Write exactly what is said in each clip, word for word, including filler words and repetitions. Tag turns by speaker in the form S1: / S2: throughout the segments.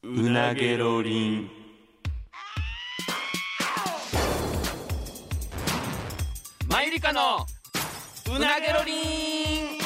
S1: うなげろりん。マユリカのうなげろりん。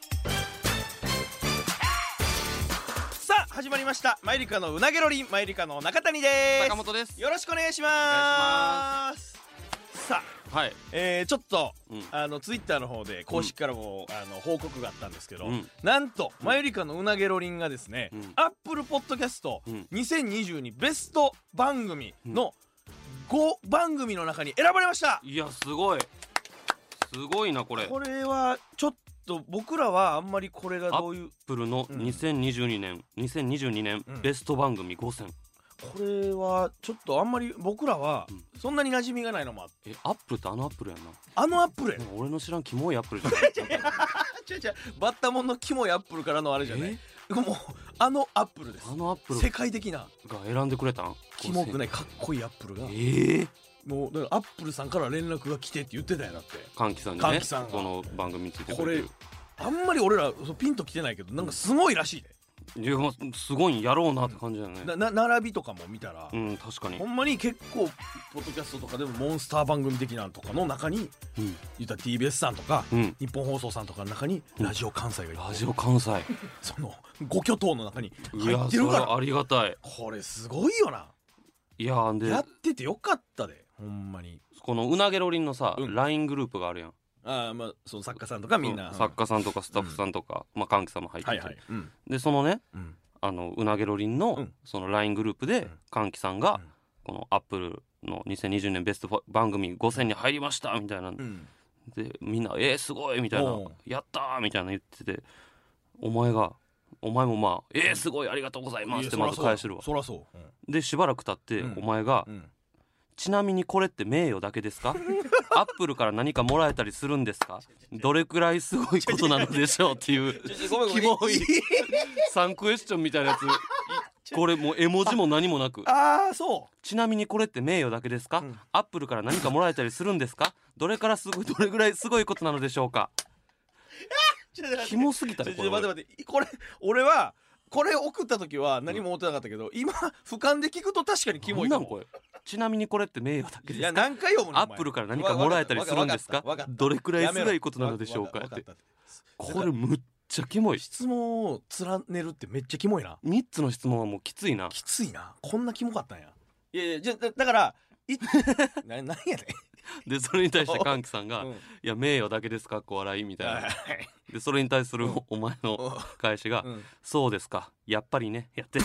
S2: さあ始まりましたマユリカのうなげろりん。マユリカの中谷です。
S1: 坂本です。
S2: よろしくお願いします。さあ、
S1: はい、
S2: えー、ちょっと、
S1: うん、
S2: あのツイッターの方で公式からも、うん、あの報告があったんですけど、
S1: うん、
S2: なんとマユリカのうなげろりんがですね、
S1: うん、
S2: アップルポッドキャストにせんにじゅうにベスト番組のごばん組の中に選ばれました。
S1: いやすごいすごいなこれ。
S2: これはちょっと僕らはあんまりこれがどういう
S1: アップルのにせんにじゅうにねん、うん、にせんにじゅうにねんベスト番組ごせん、
S2: これはちょっとあんまり僕らはそんなに馴染みがないのもあって、
S1: うん、えアップルってあのアップルやんな。
S2: あのアップルやな。
S1: 俺の知らんキモいアップルじゃない
S2: 違う違うバッタモンのキモいアップルからのあれじゃない。もうあのアップルです。
S1: あのアップル
S2: 世界的な
S1: が選んでくれたん。
S2: キモくないかっこいいアップルが、
S1: えー、
S2: もうだからアップルさんから連絡が来てって言ってたんや。だって
S1: 歓喜さんにね、
S2: 歓喜さんが
S1: この番組について
S2: これあんまり俺らピンと来てないけどなんかすごいらしいで。
S1: いやすごいんやろうなって感じだよね、
S2: なな並びとかも見たら、
S1: うん、確かに
S2: ほんまに結構ポッドキャストとかでもモンスター番組的なのとかの中に、うん、言ったら ティービーエス さんとか、うん、日本放送さんとかの中にラジオ関西がいる、
S1: うん、ラジオ関西
S2: そのご巨頭の中に入ってるから。
S1: いやそれありがたい。
S2: これすごいよな。
S1: いやで
S2: やっててよかったでほんまに。
S1: このうなげろりんのさ、うん、ライン グループがあるやん。
S2: あまあ、その作家さんとかみんな、
S1: うん、作家さんとかスタッフさんとか、うん、まあ歓喜さんも入ってて、はいはいうん、でそのね、うんあのうなげろりんの、うん、その ライン グループで歓喜さんが、うん、このアップルのにせんにじゅうねんベスト番組ごせんに入りましたみたいな、うん、でみんなえー、すごいみたいなやったーみたいな言ってて、お前がお前もまあえー、すごいありがとうございますってまず返してるわ。
S2: そらそう、うん、
S1: でしばらく経って、うん、お前が、うん、ちなみにこれって名誉だけですかアップルから何かもらえたりするんですかどれくらいすごいことなのでしょうっていうキモいさんクエスチョンみたいなやつ。これもう絵文字も何もなく、
S2: あーそう
S1: ちなみにこれって名誉だけですか、うん、アップルから何かもらえたりするんですかどれからすごいどれぐらいすごいことなのでしょうか。キモすぎたよこれ。
S2: 待って待ってこれ俺はこれ送った時は何も思ってなかったけど、うん、今俯瞰で聞くと確かにキモいかも。これ
S1: ちなみにこれって名誉だけですか。
S2: いや何回読むの
S1: アップルから何かもらえたりするんですかどれくらいすごいことなのでしょうかって。これむっちゃキモい。質
S2: 問を連ねるってめっちゃキモいな。
S1: みっつの質問はもうきついな。
S2: きついな。こんなキモかったんや。いやいやじゃだ, だからいな何やねん
S1: でそれに対して歓喜さんが、うん、いや名誉だけですかっこ笑いみたいなでそれに対するお前の返しが、うん、そうですかやっぱりねやって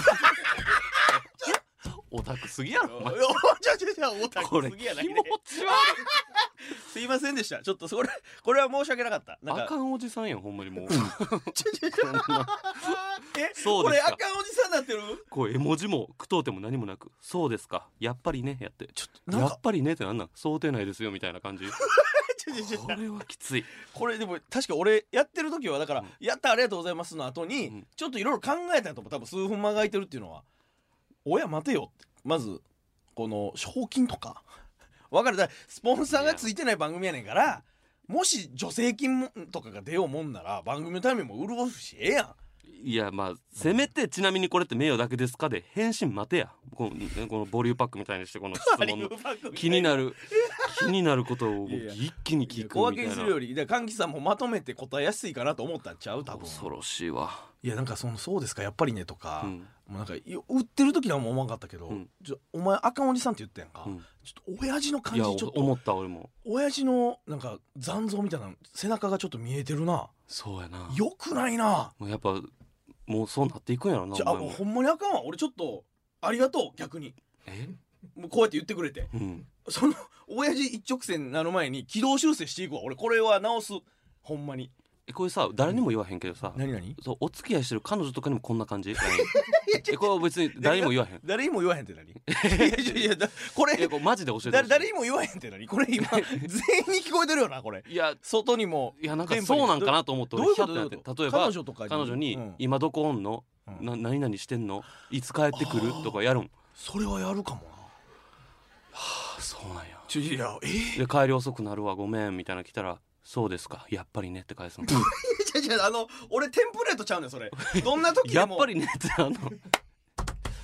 S1: オタクすぎやろお前。
S2: ちょちょちょオタクすぎやな。気持ち悪いすいませんでした。ちょっとそれこれは申し訳なかった。なんか
S1: あかんおじさんやんほんまにもう。
S2: ちょちょちょえ
S1: そうですか。
S2: これあかんおじさんになってる。
S1: こう絵文字も句読点も何もなくそうですかやっぱりねやってちょっとやっぱりねってなんなん想定内ですよみたいな感じ。これはきつい。
S2: これでも確か俺やってる時はだから、うん、やったありがとうございますの後に、うん、ちょっといろいろ考えたんと思う。多分数分間が空いてるっていうのは親待てよって。まずこの賞金とか分かるだスポンサーがついてない番組やねんから、もし助成金とかが出ようもんなら番組のためにも潤うしええやん。
S1: いやまあせめてちなみにこれって名誉だけですかで返信待てや。この、このボリューパックみたいにしてこの質問の気になる気になることを一気に聞くみたいな。
S2: 小分けにするより歓喜さんもまとめて答えやすいかなと思ったんちゃう多分。
S1: 恐ろしいわ。
S2: いやなんかそのそうですかやっぱりねとか、うん、もうなんか売ってる時はもう思わんかったけど、うん、ちょお前あかんおじさんって言ったやんか、うん、ちょっと親父の感じちょっと
S1: 思った俺も。
S2: 親父のなんか残像みたいな背中がちょっと見えてるな。
S1: そうやな。
S2: よくないな。
S1: もうやっぱもうそうなっていくんやろな。
S2: じゃあほんまにあかんわ。俺ちょっとありがとう逆に。
S1: え
S2: もうこうやって言ってくれて、うん、その親父一直線になる前に軌道修正していくわ俺。これは直すほんまに。
S1: えこれさ誰にも言わへんけどさ、
S2: 何何
S1: そうお付き合いしてる彼女とかにもこんな感じえこれは別に誰にも言わへん。
S2: 誰にも言わへんって何いやいやいやこれ
S1: えこれマジで教えてほしい。
S2: 誰にも言わへんって何これ今全員に聞こえてるよなこれ。いや外にも
S1: いやなんかそうなんかなと思って俺ヒャッてなって。例えば
S2: 彼女とかに
S1: 彼女に、うん、今どこおんの、うん、な何々してんのいつ帰ってくるとかやるん。
S2: それはやるかもな。
S1: はあそうなんや。
S2: ちょいやえー、
S1: で帰り遅くなるわごめんみたいな来たらそうですかやっぱりねって返すの。
S2: 違う違うあの俺テンプレートちゃうねんそれ。どんな時でも
S1: やっぱりねってあの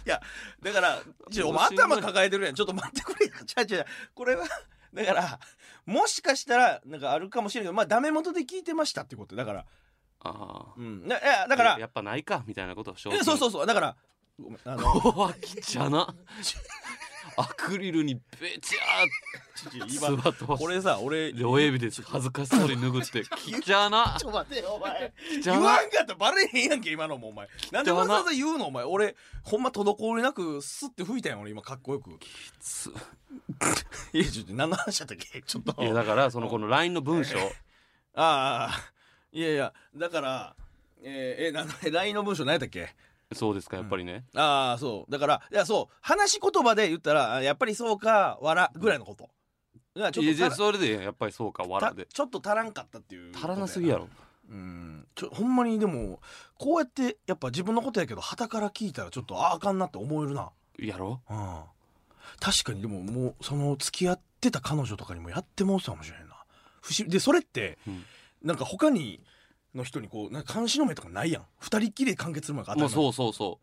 S2: やだからちょお前頭抱えてるやん。ちょっと待ってくれよ。ちゃうちゃうこれはだからもしかしたらなんかあるかもしれないけど、まあダメ元で聞いてましたってことだから。
S1: ああ、
S2: うん、いやだから
S1: や, やっぱないかみたいなことをしよ
S2: う。そうそうそうだからごめんあの
S1: 怖きちゃなアクリルにべちゃーっ座ってます。
S2: これさ俺
S1: 親指で恥ずかしそうに拭ってきちゃな。
S2: ちょ待てよお前言わんかったらバレへんやんけ今のもお前。なんでわざわざ言うのお前。俺ほんま滞りなくスッて吹いたやん俺今かっこよく。きついやちょっと何の話だったっけちょっと。
S1: いやだからそのこの ライン の文章
S2: ああいやいやだからえー、えなん ライン の文章何やったっけ。
S1: そうですかやっぱりね、
S2: うん、ああそうだからいやそう話し言葉で言ったらやっぱりそうかわらぐらいのこと。
S1: いやちょっといやそれでやっぱりそうかわらで
S2: ちょっと足らんかったっていう。
S1: 足らなすぎやろ。
S2: うんちょほんまにでもこうやってやっぱ自分のことやけど傍から聞いたらちょっとああかんなって思えるな。
S1: やろ、
S2: うん、確かに。でももうその付き合ってた彼女とかにもやってもうたかもしれんな。不思議でそれって、うん、なんか他にの人にこうなんか監視の目とかないやん。二人っきりで完結するもんが当たり前。
S1: もうそうそうそう。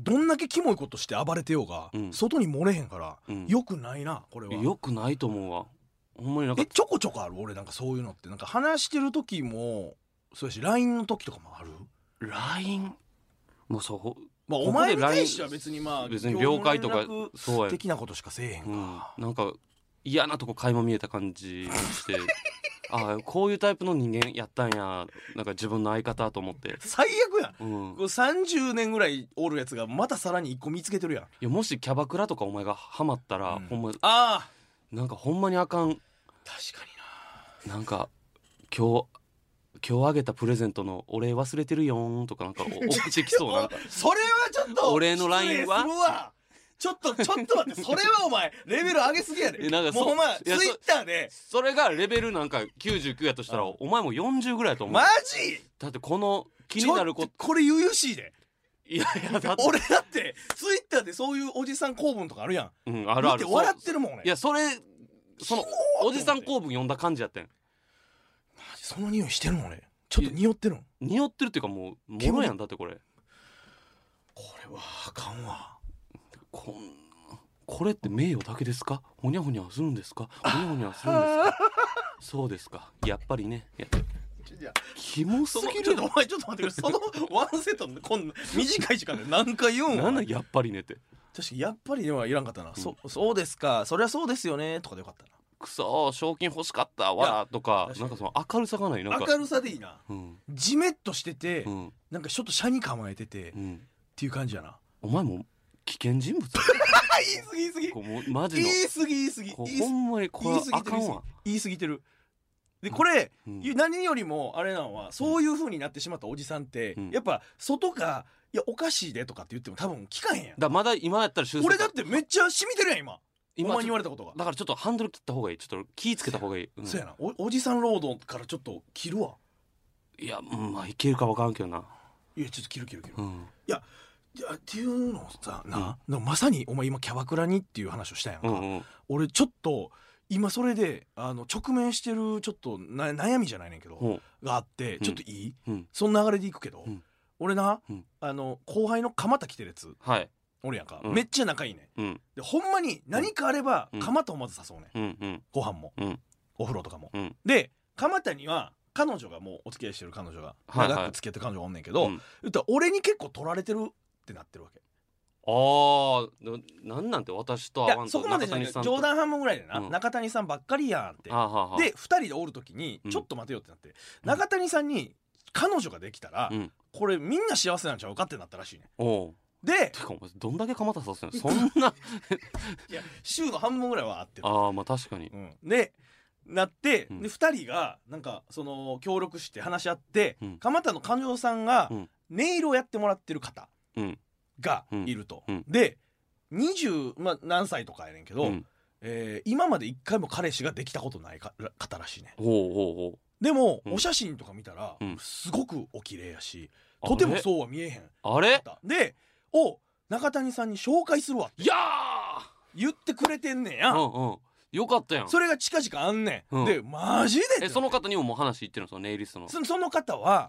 S2: どんだけキモいことして暴れてようが、うん、外に漏れへんから、うん、よくないなこれは。
S1: よくないと思うわほんまに。なんか
S2: えちょこちょこある俺なんかそういうのってなんか話してる時もそうやし ライン の時とかもある。
S1: ライン もうそう
S2: まあお前に対しては別にまあ
S1: 別に了解とか
S2: そうや的なことしかせえへんか、
S1: うん、なんか嫌なとこ垣間見えた感じしてああこういうタイプの人間やったんやなんか自分の相方と思って
S2: 最悪やん、
S1: うん、
S2: さんじゅうねんぐらいおるやつがまたさらにいっこ見つけてるやん。い
S1: やもしキャバクラとかお前がハマったら、うん、ほんま
S2: あ
S1: なんかほんまにあかん。
S2: 確か
S1: にな。なんか今日今日あげたプレゼントのお礼忘れてるよーんとかなんか送ってきそうなんか
S2: それはちょっと
S1: お礼の ライン は
S2: ちょっとちょっと待ってそれはお前レベル上げすぎやで。なんかもうお前ツイッターで
S1: そ, それがレベルなんかきゅうじゅうきゅうやとしたら、うん、お前もよんじゅうぐらいやと思う。
S2: マジ
S1: だってこの気になること
S2: これ悠々しいで。
S1: いやいやだって
S2: 俺だってツイッターでそういうおじさん公文とかあるやん、
S1: うん、あるある。
S2: 見て笑ってるもん俺。
S1: いやそれそのおじさん公文読んだ感じやったん。
S2: マジその匂いしてるもん俺。ちょっと匂ってるん。
S1: 匂ってるっていうかもうものやんだってこれ。
S2: これはあかんわ。
S1: こんこれって名誉だけですか。ほにゃほにゃするんですか。ほにゃほにゃするんですか。そうですかやっぱりね。いやキモすぎる。
S2: ちょっとお前ちょっと待ってくれ。そのワンセットでこんな短い時間で何回言うん
S1: なんなんやっぱりねって。
S2: 確かにやっぱりではいらんかったな、うん、そ, そうですかそりゃそうですよねとかでよかったな。
S1: くそ賞金欲しかったわとかなんかその明るさがない。なんか
S2: 明るさでいいな、うん、ジメッとしてて、うん、なんかちょっと車に構えてて、うん、っていう感じやな。
S1: お前も危険人物
S2: 言い過ぎ言い過ぎ
S1: こうマジの
S2: 言い過ぎ言い過ぎ
S1: ほんまにこれあかんわ。
S2: 言い過ぎてる。でこれ、うん、何よりもあれなのはそういう風になってしまったおじさんって、うん、やっぱ外かいやおかしいでとかって言っても多分聞かへんやん。
S1: だまだ今やったら修正。
S2: 俺だってめっちゃ染みてるやん今今お前に言われたことが。
S1: だからちょっとハンドル切った方がいい。ちょっと気ぃつけた方がいい。
S2: うん、そうやな お, おじさんロードからちょっと切るわ。
S1: いや、うん、まあいけるか分からんけどな。
S2: いやちょっと切る切る切る、うん、いやいやっていうのをさな、うん、まさにお前今キャバクラにっていう話をしたやんか、うんうん、俺ちょっと今それであの直面してるちょっとな悩みじゃないねんけど、うん、があってちょっといい、うん、その流れでいくけど、うん、俺な、うん、あの後輩の蒲田来てるやつ、はい、俺やんか、うん、めっちゃ仲いいね、うん、でほんまに何かあれば、うん、蒲田をまず誘うね、うんうん、ご飯も、うん、お風呂とかも、うん、で蒲田には彼女がもうお付き合いしてる彼女が長く付き合ってる彼女がおんねんけど、はいはい、言ったら俺に結構取られてるってなってるわけ。
S1: ああなんなんて私と会わんと
S2: そこまでじゃない冗談半分ぐらいでな、うん、中谷さんばっかりやんってはははでふたりでおる時にちょっと待てよってなって、うん、中谷さんに彼女ができたら、うん、これみんな幸せなんちゃうかってなったらしいね。おで
S1: てかどんだけ蒲田させんのそんない
S2: や週の半分ぐらいはあって
S1: ああまあ確かに、
S2: うん、でなって、うん、でふたりがなんかその協力して話し合って、うん、蒲田の彼女さんが、うん、ネイルをやってもらってる方、うんがいると、うん、でにじゅう、まあ、何歳とかやねんけど、うんえー、今まで一回も彼氏ができたことないか方らしいね。ほうほうほうでも、うん、お写真とか見たら、うん、すごくお綺麗やしとてもそうは見えへん
S1: あれ
S2: でお中谷さんに紹介するわって
S1: いや
S2: 言ってくれてんねんや、うんうん、
S1: よかったやん。
S2: それが近々あんねん、うん、でマジで
S1: えその方にももう話言ってるのそのネイリストの
S2: そ, その方は、うん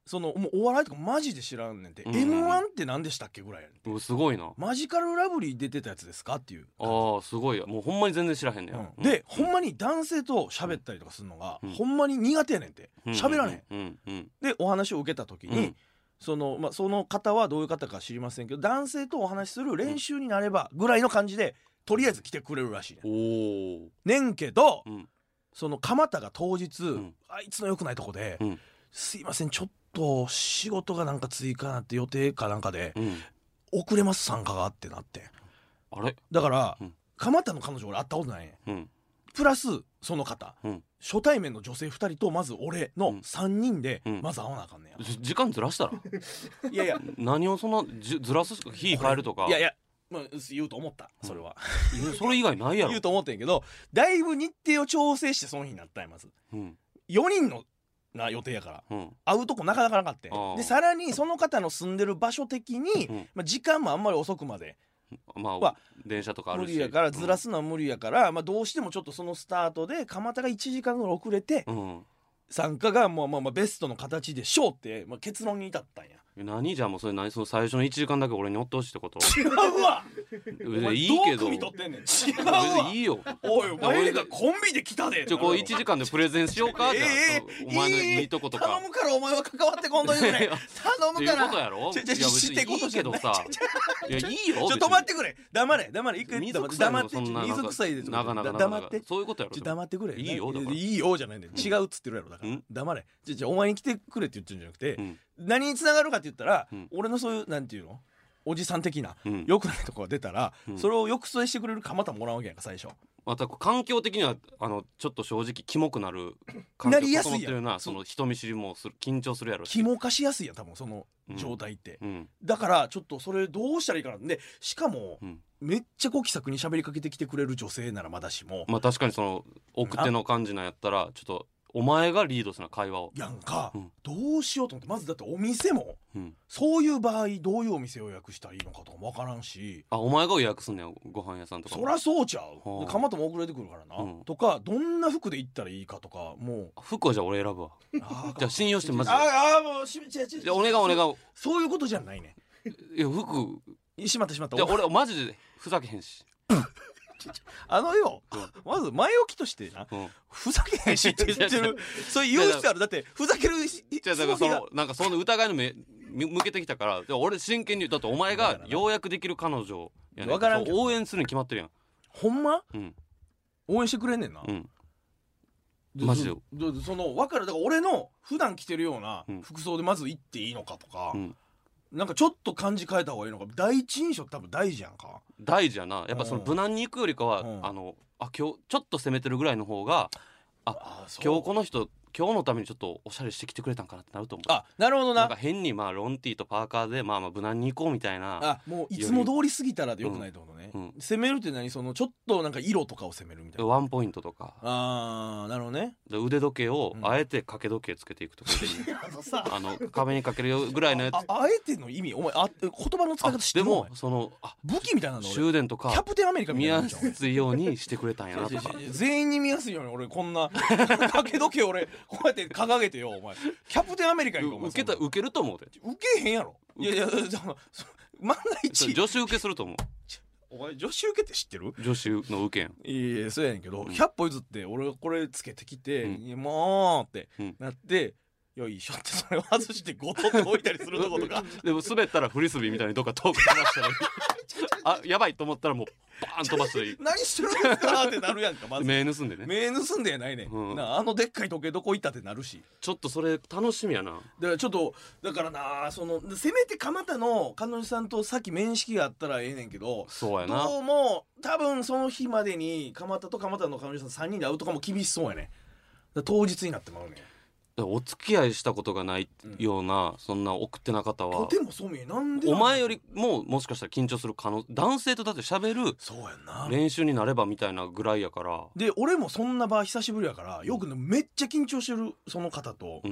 S2: そのもうお笑いとかマジで知らんねんて、うんうん、エムワン って何でしたっけぐらいやねん。
S1: すごいな。
S2: マジカルラブリー出てたやつですかっていう。
S1: ああすごい。もうほんまに全然知らへんねん、
S2: うん、で、うん、ほんまに男性と喋ったりとかするのが、うん、ほんまに苦手やねんて。喋らねん、うんうん、でお話を受けた時に、うん、そのまあ、その方はどういう方か知りませんけど、男性とお話しする練習になればぐらいの感じでとりあえず来てくれるらしいねん。おねんけど、うん、その蒲田が当日、うん、あいつの良くないとこで、うん、すいませんちょっと仕事がなんか追加なって予定かなんかで、うん、遅れます参加がってなって。
S1: あれ
S2: だから、うん、蒲田の彼女俺会ったことないね、うん、プラスその方、うん、初対面の女性ふたりとまず俺のさんにんでまず会わなあかんねや、
S1: うん、時間ずらしたら
S2: いやいや
S1: 何をそんなずらす日変えるとか。
S2: いやいや、まあ、言うと思ったそれは、
S1: うん、それ以外ないやろ
S2: 言うと思ってんけど、だいぶ日程を調整してその日になったんやまず、うん、よにんのな予定やから、うん、会うとこなかなかなかった。でさらにその方の住んでる場所的に、うん、まあ、時間もあんまり遅くまで、
S1: まあ、電車とかあるし
S2: 無理やからずらすのは無理やから、うん、まあ、どうしてもちょっとそのスタートで蒲田がいちじかんぐらい遅れて、うん、参加がもうまあまあベストの形でしょうって、まあ、結論に至ったんや。
S1: 何じゃあもうそれ何その最初のいちじかんだけ俺におってほしいってこと？
S2: 違うわ
S1: いいけど
S2: どう汲み取ってんねん。違うわ
S1: いいよ。
S2: おいお前がコンビで来たで。
S1: ちょこういちじかんでプレゼンしようか、じゃあ、えー、お前のいいとことか
S2: 頼むからお前は関わってこんと言うね頼むから。
S1: っていうことやろ。
S2: ちょちょちょしてことじゃないけどさ、
S1: いやいいよ。
S2: ちょ止まってくれ。黙れ黙れ一回
S1: 水
S2: 黙って水臭いで
S1: なかなか
S2: 黙って
S1: そういうことやろ。
S2: ちょ黙ってくれ。
S1: いいよだから。
S2: いいよじゃないねん。違うっつってるやろだから。黙れ。ちょちょお前に来てくれって言ってるんじゃなくて、何に繋がるかって言ったら、俺のそういうなんていうのおじさん的な、うん、良くないとこが出たら、うん、それを抑制してくれる蒲田もらうわけやんか最初。
S1: また環境的にはあのちょっと正直キモくなる環境整ってるな。その人見知りもする緊張するやろし
S2: キモ化しやすいやん多分その状態って、うん、だからちょっとそれどうしたらいいかな。でしかも、うん、めっちゃこう気さくに喋りかけてきてくれる女性ならまだしも、
S1: まあ確かにその奥手の感じなんやったらちょっとお前がリードする会話を
S2: やんか、うん、どうしようと思って。まずだってお店も、うん、そういう場合どういうお店を予約したらいいのかとかも分からんし。
S1: あお前が予約すんねんご飯屋さんとか。
S2: そりゃそうちゃう。蒲田も遅れてくるからな、うん、とかどんな服で行ったらいいかとか。もう
S1: 服はじゃあ俺選ぶわじゃあ信用してマジで。
S2: ああもうし違う違う
S1: じゃあお願いお願い。
S2: そういうことじゃないね。
S1: いや服
S2: しまったしまった。
S1: じゃあ俺マジでふざけへんし
S2: あのよ、うん、まず前置きとしてな、うん、ふざけへんしって言ってるそういう言う必要ある。だってふざけるし
S1: だからそのなんかその疑いの目向けてきたから、俺真剣にだってお前がようやくできる彼女やねんから応援するに決まってるやん。
S2: ほんま、うん、応援してくれんねんな、うん、
S1: マジで
S2: その分かる。だから俺の普段着てるような服装でまず行っていいのかとか、うん、なんかちょっと感じ変えた方がいいのか。第一印象って多分大事やんか。
S1: 大事やな。やっぱその無難に行くよりかは、うん、あのあ今日ちょっと攻めてるぐらいの方がああ今日この人今日のためにちょっとおしゃれしてきてくれたんかなってなると思う。
S2: あなるほどな。
S1: なんか変にまあロンティーとパーカーでまあまあ無難に行こうみたいな。
S2: あもういつも通り過ぎたらでよくないってことね、うんうん、攻めるって何そのちょっとなんか色とかを攻めるみたいな。
S1: ワンポイントとか。
S2: ああなるほどね。
S1: で腕時計をあえて掛け時計つけていくとか、うん、あの壁にかけるぐらいのやつ。
S2: あ, あ, あえての意味お前あ言葉の使い方知ってるの？
S1: でもそのあ
S2: 武器みたいなの
S1: 終電とか
S2: キャプテンアメリカみたいな
S1: 見やすいようにしてくれたんやなとか
S2: 全員に見やすいように俺こんな掛け時計俺こうやって掲げてよお前キャプテンアメリカに
S1: 受けた受けると思うで。
S2: 受けへんやろ。いやいや万が一
S1: 女子受けすると思う。
S2: お前女子受けって知ってる？
S1: 女子の受けやん。
S2: いやいやそうやねんけど、うん、ひゃっぽ譲って俺これつけてきて、うん、もうってなって、うん、よいしょってそれを外してゴトッと置いたりするとことか
S1: でも滑ったらフリスビーみたいにどっか遠く飛ばしたらあやばいと思ったらもうバーン飛ばしていい
S2: 何してるんですかってなるやんか。まず
S1: 目盗んでね。
S2: 目盗んでやないね、うん、なあのでっかい時計どこ行ったってなるし。
S1: ちょっとそれ楽しみやな。
S2: だからちょっとだからなそのせめて蒲田の彼女さんとさっき面識があったらええねんけど、
S1: そうやな。
S2: どうも多分その日までに蒲田と蒲田の彼女さんさんにんで会うとかも厳しそうやね。だ当日になってまうね。
S1: お付き合いしたことがないような、うん、そんな奥手な方は
S2: とてもそう見えなんで
S1: お前よりももしかしたら緊張する可能男性とだって喋る
S2: そうやんな
S1: 練習になればみたいなぐらいやから。
S2: で俺もそんな場久しぶりやからよくねめっちゃ緊張してるその方と、うん、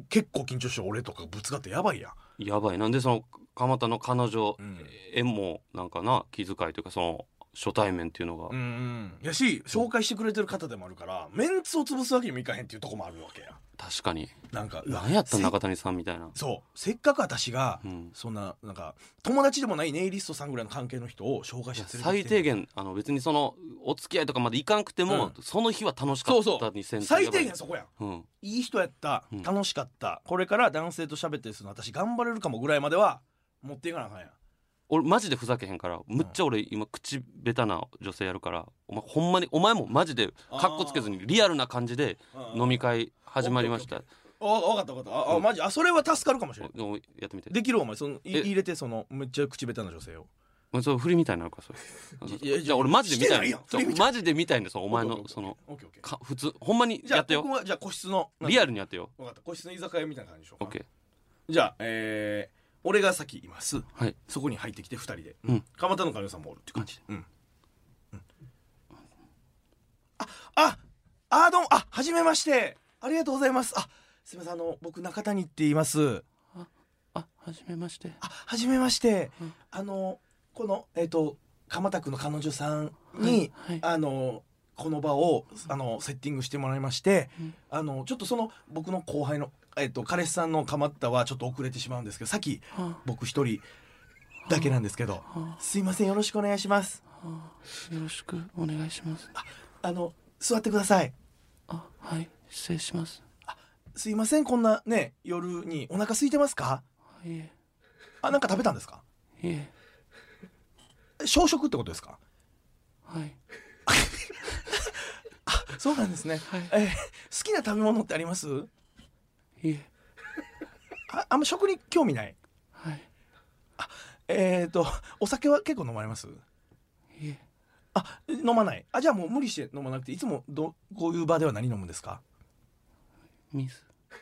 S2: 結構緊張してる俺とかぶつかってやばいやん。
S1: やばい。なんでその蒲田の彼女へもなんかな気遣いというかその初対面っていうのが、
S2: うんうん、やし紹介してくれてる方でもあるからメンツを潰すわけにもいかへんっていうとこもあるわけや。
S1: 確かに
S2: なんか
S1: 何やったん中谷さんみたいな。
S2: そうせっかく私が、
S1: うん、
S2: そんななんか友達でもないネイリストさんぐらいの関係の人を紹介して
S1: 最低限あの別にそのお付き合いとかまでいかんくても、うん、その日は楽しかったにせんと
S2: 最低限そこやん、
S1: うん、
S2: いい人やった、楽しかった、これから男性と喋ったりするの私頑張れるかもぐらいまでは持っていかなあかんやん。
S1: 俺マジでふざけへんからむっちゃ俺今口下手な女性やるからお前ほんまにお前もマジでカッコつけずにリアルな感じで飲み会始まりました。
S2: あ分かった分かった。あ、うん、マジあそれは助かるかもしれない。
S1: でもやってみて
S2: できるお前その入れてそのめっちゃ口下手な女性を
S1: それ振りみたいなのかそれじゃあ俺マジで見たいマジで見たいんですお前のその普通ほんまにやってよ。
S2: じゃあここはじゃあ個室の
S1: リアルにやってよ。
S2: 分かった個室の居酒屋みたいな感じでしょうか。
S1: OK
S2: じゃあえー俺が先います、
S1: はい、
S2: そこに入ってきてふたりで、
S1: うん、
S2: 蒲田の彼女さんもおるって感じで、うんうん、あああどうもあはじめましてありがとうございます。あすみませんあの僕中谷って言います。
S1: ああはじめまして
S2: あはじめまして、
S1: うん、
S2: あのこのえっ、ー、と蒲田区の彼女さんに、はいはい、あのこの場をあのセッティングしてもらいまして、うん、あのちょっとその僕の後輩のえっと、彼氏さんの蒲田はちょっと遅れてしまうんですけどさっき、はあ、僕一人だけなんですけど、はあ、すいませんよろしくお願いします、
S1: はあ、よろしくお願いします。
S2: あ、あの座ってください。
S1: あはい失礼します。
S2: あすいませんこんなね夜にお腹空いてますか。
S1: いえ。
S2: あなんか食べたんですか。
S1: いえ。
S2: 小食ってことですか。
S1: はい
S2: あそうなんですね、はいえー、好きな食べ物ってあります。
S1: いえ。
S2: あ, あんま食に興味ない。
S1: はい。
S2: あえっ、ー、とお酒は結構飲まれます。
S1: いえ。
S2: あ飲まない。あじゃあもう無理して飲まなくていつもどこういう場では何飲むんですか。
S1: 水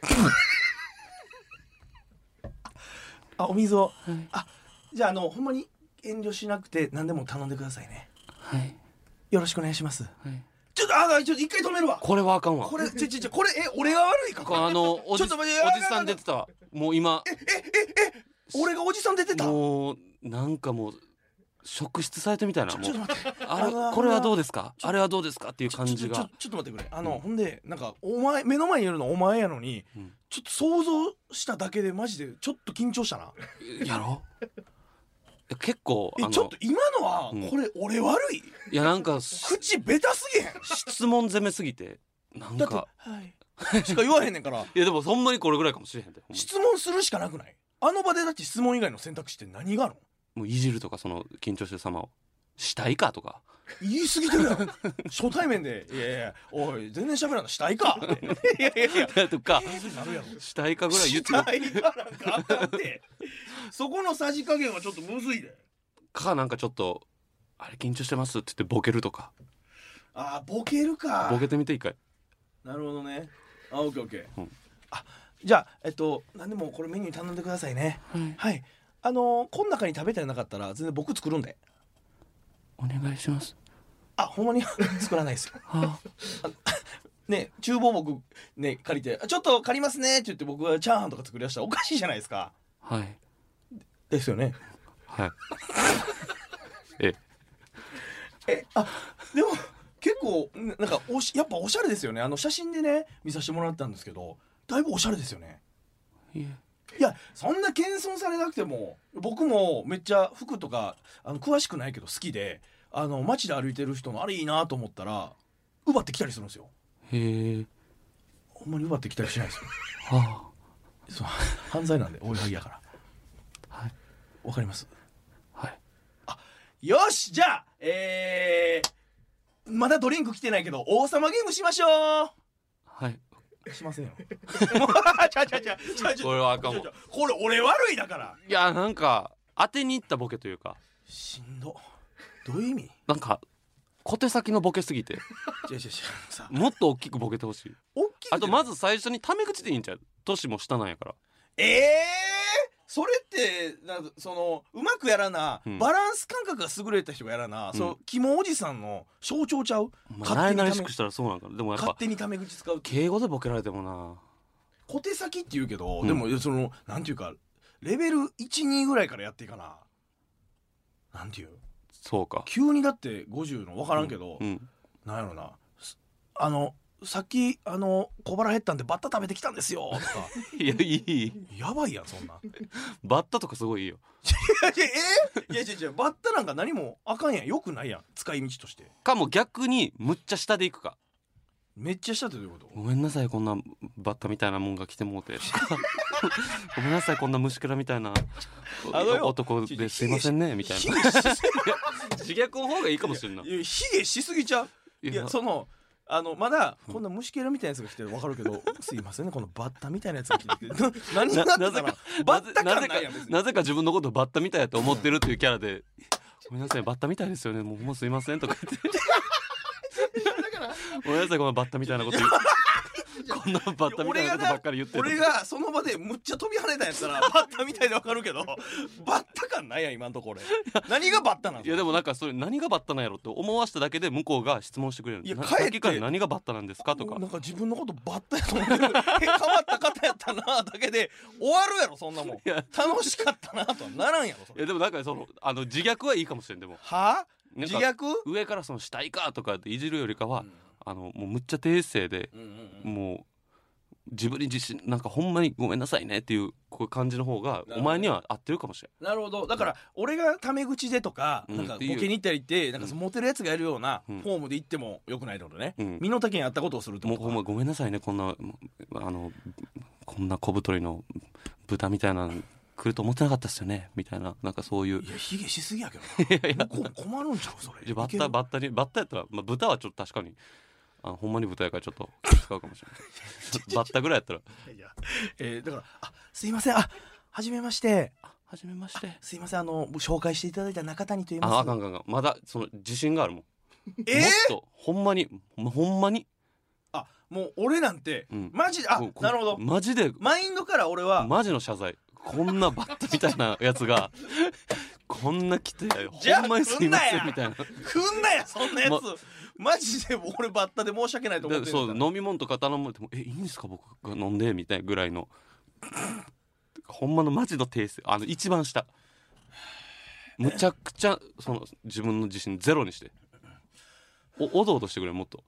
S2: あお水を、
S1: はい、
S2: あじゃああのほんまに遠慮しなくて何でも頼んでくださいね。
S1: はい
S2: よろしくお願いします。
S1: はい
S2: ちょっとあちょっと一回止めるわ。
S1: これはあかんわ。
S2: これちょちょちょこれえ俺が悪いか。
S1: あのおじ, おじさん出てた。もう今
S2: ええええ俺がおじさん出てた。
S1: もうなんかもう職質されてみたいな。
S2: ちょちょっと待って
S1: あれこれはどうですかあれはどうですかっていう感じが。
S2: ちょちょちょちょっと待ってくれ。あの、うん、ほんでなんかお前目の前にいるのお前やのに、うん、ちょっと想像しただけでマジでちょっと緊張したな。
S1: やろ結構
S2: えちょっと今のは、うん、これ俺悪い。
S1: いやなんか
S2: 口ベタすぎへん。
S1: 質問攻めすぎてなんか
S2: はいしか言わへんねんから。い
S1: やでもほんまにこれぐらいかもしれへんで。
S2: 質問するしかなくない。あの場でだって質問以外の選択肢って何があるの。
S1: もういじるとかその緊張してる様をしたいかとか
S2: 言い過ぎてるやん初対面でいやいやおい全然喋らんのしたいかいやいやいや
S1: とかしたいかぐらい言って
S2: したいかなんかあかんってそこのさじ加減はちょっとむずいで。
S1: かなんかちょっとあれ緊張してますって言ってボケるとか。
S2: あボケるか。
S1: ボケてみていいかい。
S2: なるほどね。あオッケーオッケー、うん、あじゃあえっと何でもこれメニュー頼んでくださいね。
S1: はい、
S2: はい、あのー、この中に食べたりなかったら全然僕作るんで
S1: お願いします。
S2: あほんまに作らないですよ、はあ、ね厨房僕ね借りてちょっと借りますねって言って僕がチャーハンとか作り出したらおかしいじゃないですか。
S1: はい
S2: ですよね。
S1: はいえ
S2: えあでも結構なんかおしやっぱおしゃれですよね。あの写真でね見させてもらったんですけどだいぶおしゃれですよね。
S1: いえ
S2: いやそんな謙遜されなくても僕もめっちゃ服とかあの詳しくないけど好きであの街で歩いてる人のあれいいなと思ったら奪ってきたりするんですよ。
S1: へえ
S2: ほんまに奪ってきたりしないですよ。
S1: はあ
S2: そう犯罪なんで追いはぎやから。
S1: はい
S2: わかります。
S1: はい
S2: あよしじゃあえー、まだドリンク来てないけど王様ゲームしましょう。
S1: はい
S2: しませんよちゃちゃちゃ
S1: これはあかんわ。
S2: これ俺悪いだから。
S1: いやなんか当てにいったボケというか
S2: しんどどういう意味。
S1: なんか小手先のボケすぎて
S2: 違う違う違うさ
S1: もっと大きくボケてほしい。
S2: 大きい
S1: あとまず最初にタメ口でいいんちゃう。年も下なんやから
S2: ええー、それってなんそのうまくやらな、うん、バランス感覚が優れた人がやらな、うん、そのキモおじさんの象徴ちゃう。
S1: なれなれしくしたらそうなんかな。でもやっぱ
S2: 勝手にタメ口使う
S1: 敬語でボケられてもな
S2: 小手先って言うけど、
S1: うん、
S2: でもそのなんていうかレベルいちにぐらいからやっていかな。なんていう
S1: そうか
S2: 急にだってごじゅうの分からんけど、
S1: うんうん、
S2: なんやろなあのさっきあの小腹減ったんでバッタ食べてきたんですよとか
S1: いやいい
S2: やばいやんそんなん
S1: バッタとかすごいいいよ。
S2: いやいやえいやいやいやバッタなんか何もあかんやん、よくないやん使い道として。
S1: かも逆にむっちゃ下でいくか。
S2: めっちゃ下ってどういうこと？
S1: ごめんなさいこんなバッタみたいなもんが来てもうてごめんなさいこんな虫けらみたいな男ですいませんねみたいな自虐の方がいいかもしれんない。
S2: いや卑下しすぎちゃう。いやそのあのまだこんな虫けらみたいなやつが来てる分かるけどすいませんねこのバッタみたいなやつが来てて何になってたらバッタ感ないやん別に。
S1: なぜか自分のことバッタみたいやと思ってるっていうキャラでごめんなさいバッタみたいですよねもうもうすいませんとか言ってごめんなさいこのバッタみたいなこと言ってこんなバッタみたいなことばっかり言ってる。
S2: 俺がその場でむっちゃ飛び跳ねたやつらバッタみたいでわかるけどバッタ感ないやん今んとこ俺何がバッタなん？
S1: いやでもなんかそれ何がバッタなんやろって思わしただけで向こうが質問してくれる。
S2: いや
S1: さっきから何がバッタなんですかとか
S2: なんか自分のことバッタやと思ってるえ変わった方やったなだけで終わるやろそんなもん。楽しかったなとはならんやろそれ。
S1: いやでもなんかそのあの自虐はいいかもしれん。でも
S2: はぁ自虐
S1: 上からそのしたいかとかっていじるよりかは、うん、あのもうむっちゃ低姿勢で、うんうんうん、もう自分に自信なんかほんまにごめんなさいねっていうこういう感じの方がお前には合ってるかもしれない。
S2: なるほど。だから俺がタメ口でとか、うん、なんかボケに行ったりってなんかモテるやつがやるようなフォームで行ってもよくないってことね、うん、身の丈に合ったことをするってことか。
S1: もうほんまごめんなさいねこんなあのこんな小太りの豚みたいな来ると思ってなかったっすよねみたいななんかそういう。
S2: いやヒゲしすぎやけどないやいや向こう困るんちゃうそれ。
S1: バッタバッタにバッタやったら、まあ、豚はちょっと確かにあほんまに豚やからちょっと使うかもしれないバッタぐらいやったら
S2: いや、えー、だからあすいませんあはじめまして
S1: あはじめまして
S2: すいませんあの紹介していただいた中谷と言います。
S1: ああかんかんかんまだその自信があるもん
S2: えー、
S1: もっとほんまにほんまに
S2: あもう俺なんて、うん、マジであなるほど
S1: マジで
S2: マインドから俺は
S1: マジの謝罪こんなバッタみたいなやつがこんな来てほんまにすいませんみたいな。
S2: 来んなやそんなやつ、ま、マジで俺バッタで申し訳ないと思ってる。
S1: そう飲み物とか頼むってもえいいんですか僕が飲んでみたいなぐらいのほんまのマジの訂正あの一番下むちゃくちゃその自分の自信ゼロにしておおどおどしてくれもっと。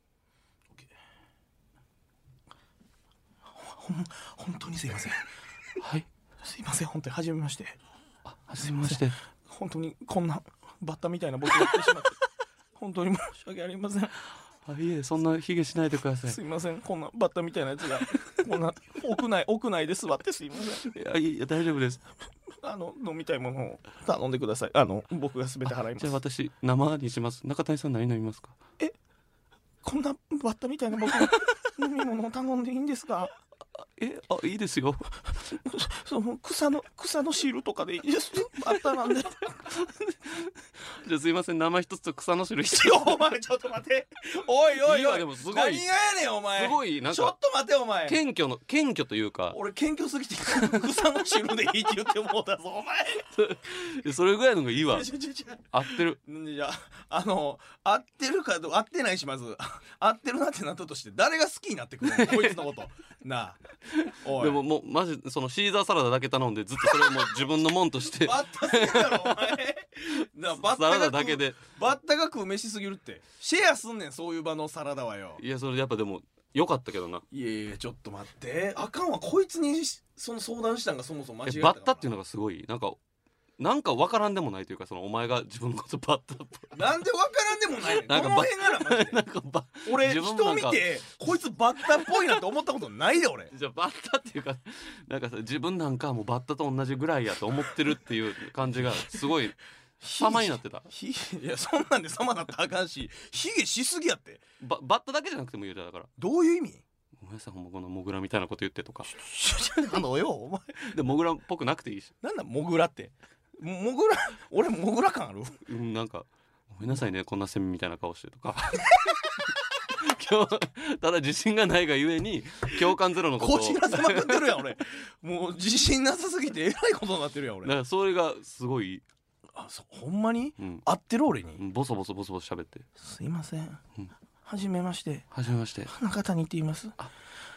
S2: ほん本当にすいません
S1: はい
S2: すいません本当に初めまして。
S1: あ初めまして。
S2: 本当にこんなバッタみたいな僕が来てしまって本当に申し訳ありません。
S1: あいえそんな卑下しないでください。
S2: すいませんこんなバッタみたいなやつがこんな屋内屋内で座ってすいません。
S1: いやいや大丈夫です。
S2: あの飲みたいものを頼んでください。あの僕が全て払います。
S1: じゃあ私生にします。中谷さん何飲みますか？
S2: えこんなバッタみたいな僕が飲み物を頼んでいいんですか？
S1: えあいいですよ
S2: その草の草の汁とかでいいですバッタなんで
S1: じゃあすいません生一つと草の汁必要。
S2: お前ちょっと待っておいおいおい、いい
S1: でもすごい
S2: 何がやねんお前
S1: すごいなんか
S2: ちょっと待ってお前
S1: 謙虚の謙虚というか
S2: 俺謙虚すぎて草の汁でいいって言ってもうたぞお
S1: 前それぐらいのがいいわ合ってる。
S2: じゃああの合ってるかど合ってないしまず合ってるなってなったとして誰が好きになってくるのこいつのことなあおい
S1: でももうマジそのシーザーサラダだけ頼んでずっとそれをもう自分のもんとして
S2: バッタすぎだろお前なバッタ
S1: サラダだけで
S2: バッタが食う飯すぎるってシェアすんねんそういう場のサラダはよ。
S1: いやそれやっぱでも良かったけどな。
S2: いやいやちょっと待ってあかんわこいつにその相談したんがそもそも間違えた
S1: バッタっていうのがすごいなんかなんか分からんでもないというかそのお前が自分のことバッタっぽい
S2: なんで分からんでもないねん
S1: なんか
S2: この辺がなマジで
S1: なんかバ
S2: 俺人見てこいつバッタっぽいなって思ったことないで俺
S1: じゃあバッタっていうかなんかさ自分なんかもうバッタと同じぐらいやと思ってるっていう感じがすごい様になってた。
S2: ひいやそんなんで様なったらあかんしヒゲしすぎやって
S1: ババッタだけじゃなくてもいいよだから。
S2: どういう意味？
S1: ごめんなさいほんまこのモグラみたいなこと言ってとか
S2: あのよお前
S1: でモグラっぽくなくていいし
S2: なんだモグラってモグラ俺モグラ感ある？
S1: うんなんかごめんなさいねこんなセミみたいな顔してとか今日ただ自信がないがゆえに共感ゼロのことを
S2: こじらせまくってるやん俺もう自信なさすぎてえらいことになってるやん俺
S1: だからそれがすごい
S2: あそほんまに、
S1: うん、
S2: 合ってる俺に、
S1: うん、ボソボソボソボソ喋って
S2: すいません、
S1: うん、
S2: はじめまして
S1: はじめまして
S2: 中谷って言います。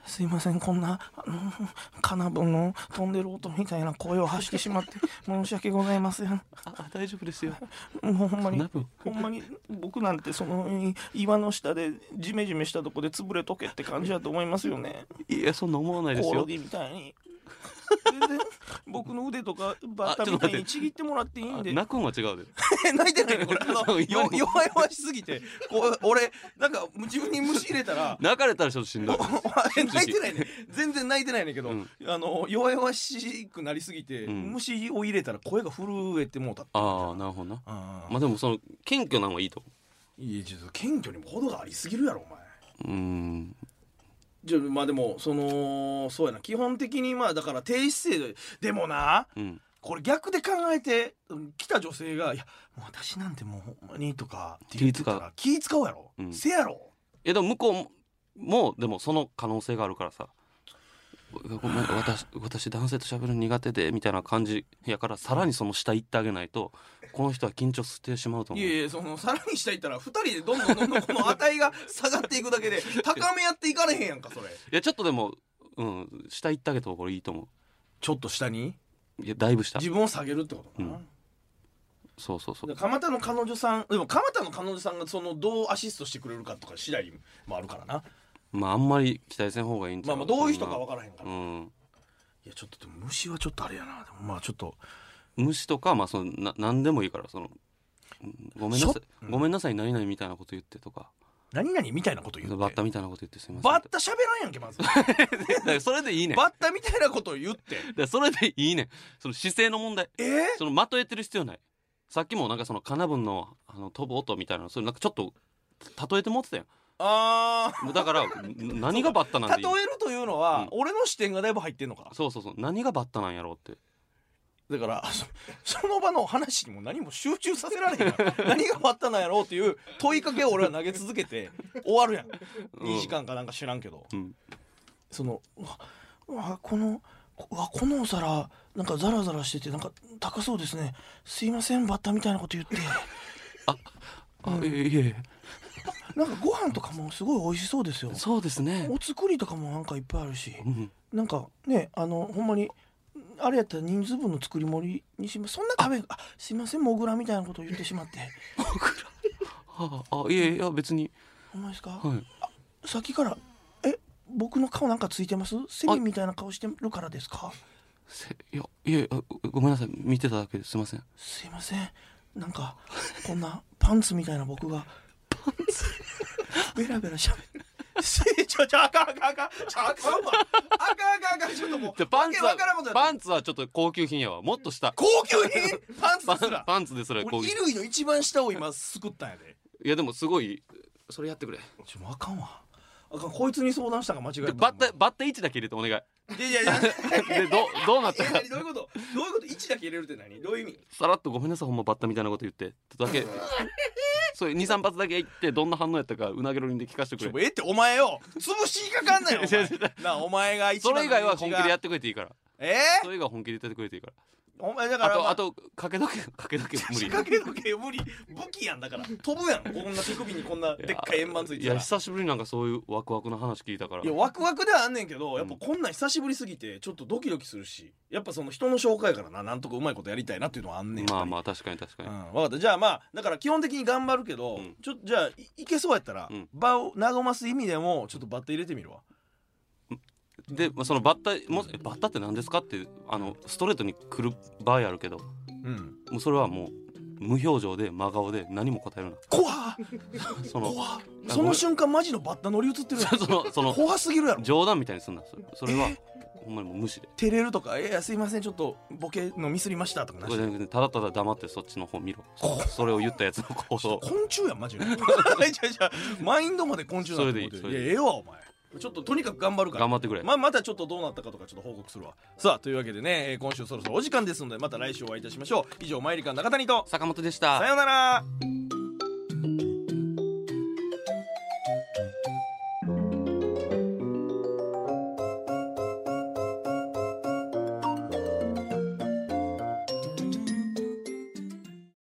S2: すいません、こんなあのカナブンの飛んでる音みたいな声を発してしまって申し訳ございません。あ
S1: あ大丈夫ですよ。
S2: もうほんまにほんまに僕なんてその岩の下でジメジメしたとこで潰れとけって感じだと思いますよね。
S1: いやそんな思わないですよ。
S2: コオロギみたいに全然僕の腕とかバッタみたいにちぎってもらっていいんで。
S1: 泣くんは違う
S2: で泣いてないねこれ。あのよ弱々しすぎてこう俺なんか自分に虫入れたら
S1: 泣かれたらちょっとしんどい
S2: 泣いてないね全然泣いてないねんけど、うん、あの弱々しくなりすぎて、うん、虫を入れたら声が震えてもうたって。
S1: ああなるほどな。あまあでもその謙虚なのはいいと思
S2: う。いやちょっと謙虚にも程がありすぎるやろお前。
S1: うーん
S2: じゃまあでもそのそうやな基本的にまあだから低姿勢ででもな、うん、これ逆で考えて来た女性が「いやもう私なんてもうほんまに」とかって言ってたら気使うやろ、うん、せやろ。
S1: いやでも向こうももでもその可能性があるからさごめん私私男性と喋るの苦手でみたいな感じやからさらにその下行ってあげないとこの人は緊張してしまうと思う。
S2: いやいやそのさらに下行ったらふたりでどんどんどんどんこの値が下がっていくだけで高め合っていかれへんやんかそれ。い
S1: やちょっとでもうん下行ってあげた方がいいと思う。
S2: ちょっと下に
S1: いやだいぶ下
S2: 自分を下げるってことかな、うん、
S1: そうそうそう。
S2: 蒲田の彼女さんでも蒲田の彼女さんがそのどうアシストしてくれるかとか次第もあるからな。
S1: まああんまり期待せん方がいいんちゃう。
S2: まあまあどういう人か分からへんから、うん、
S1: い
S2: やちょっとでも虫はちょっとあれやな。でもまあちょっと
S1: 虫とかまあそのな何でもいいからそのごめんなさい、うん、ごめんなさい何々みたいなこと言ってとか
S2: 何々みたいなこと言って
S1: バッタみたいなこと言ってすみません。
S2: バッタ喋らんやんけまずだ
S1: からそれでいいねん。
S2: バッタみたいなこと言って
S1: だからそれでいいねん。その姿勢の問題。
S2: えー、
S1: そのまとえてる必要ない。さっきもなんかそのカナブンのあの飛ぶ音みたいなそれなんかちょっと例えて持ってたやん。
S2: あ
S1: だから何がバッタなんでいい。
S2: 例えるというのは、うん、俺の視点がだいぶ入ってんのか。
S1: そうそうそう何がバッタなんやろうって。
S2: だからそ, その場の話にも何も集中させられへん何がバッタなんやろうっていう問いかけを俺は投げ続けて終わるやん、うん、にじかんかなんか知らんけど、うん、そのうわこのうわこのお皿なんかザラザラしててなんか高そうですねすいませんバッタみたいなこと言って
S1: ああ、うん、いえいえ
S2: なんかご飯とかもすごい美味しそうですよ。
S1: そうですね。
S2: お作りとかもなんかいっぱいあるし、うん、なんかねあのほんまにあれやったら人数分の作り盛りにします。そんな食べあすいませんモグラみたいなことを言ってしまって
S1: モグラはあ、あいやいや別に。
S2: ほんまですか、
S1: はい、
S2: あさっきからえ僕の顔なんかついてます？セミみたいな顔してるからですか？
S1: せいやいやごめんなさい見てただけですいません。
S2: すいませんなんかこんなパンツみたいな僕がパンツベラベラしゃべるちょちょあかんあかんあかんちょあかんわあかんあかんあかんちょっともう
S1: パンツはパンツはちょっと高級品やわ。もっと下
S2: 高級品パンツですら
S1: パンツですら
S2: 高級品。衣類の一番下を今すくったんやで。
S1: いやでもすごいそれやってくれ。
S2: ちょあかんわあかんこいつに相談したか間違いない。
S1: バッタバッタいちだけ入れてお願い。
S2: いやいやいや
S1: でどどうなったか
S2: どういうことどういうこといちだけ入れるって何どういう意味。
S1: さらっとごめんなさいほんまバッタみたいなこと言ってってだけそういうにさん発だけ言ってどんな反応やったかうなげろりんで聞かせてくれ。
S2: ちょえってお前よ潰しかかんなよお前なお前が一番
S1: それ以外は本気でやってくれていいから。
S2: えー、
S1: それ以外は本気でやってくれていいから。
S2: お前だから、まあ、
S1: あとあとかけ時計かけ時計無理
S2: かけ時計無理武器やんだから飛ぶやんこんな手首にこんなでっかい円盤ついてたら。
S1: いや久しぶりになんかそういうワクワクの話聞いたから。
S2: いやワクワクではあんねんけどやっぱこんなん久しぶりすぎてちょっとドキドキするしやっぱその人の紹介からななんとかうまいことやりたいなっていうのはあんねん。
S1: まあまあ確かに確かに、うん、
S2: 分かったじゃあまあだから基本的に頑張るけど、うん、ちょじゃあ い, いけそうやったら、うん、場を和ます意味でもちょっとバッタ入れてみるわ。
S1: で、まあ、そのバッタもバッタって何ですかってあのストレートに来る場合あるけど、うん、もうそれはもう無表情で真顔で何も答えるな。
S2: 怖っその怖っその瞬間マジのバッタ乗り移ってるやんそのその怖すぎるやろ。
S1: 冗談みたいにすんなそれ、それはほんまにもう無視で
S2: 照れるとかいやすいませんちょっとボケのミスりましたとかなし。
S1: ただただ黙ってそっちの方見ろ そ, それを言ったやつの行動
S2: 昆虫やんマジでマインドまで昆虫なんて思ってる。いやええわお前ちょっととにかく頑張るから
S1: 頑張ってくれ。
S2: まあ、またちょっとどうなったかとかちょっと報告するわ。さあというわけでね今週そろそろお時間ですのでまた来週お会いいたしましょう。以上マイリカ中谷と
S1: 坂本でした。
S2: さようなら。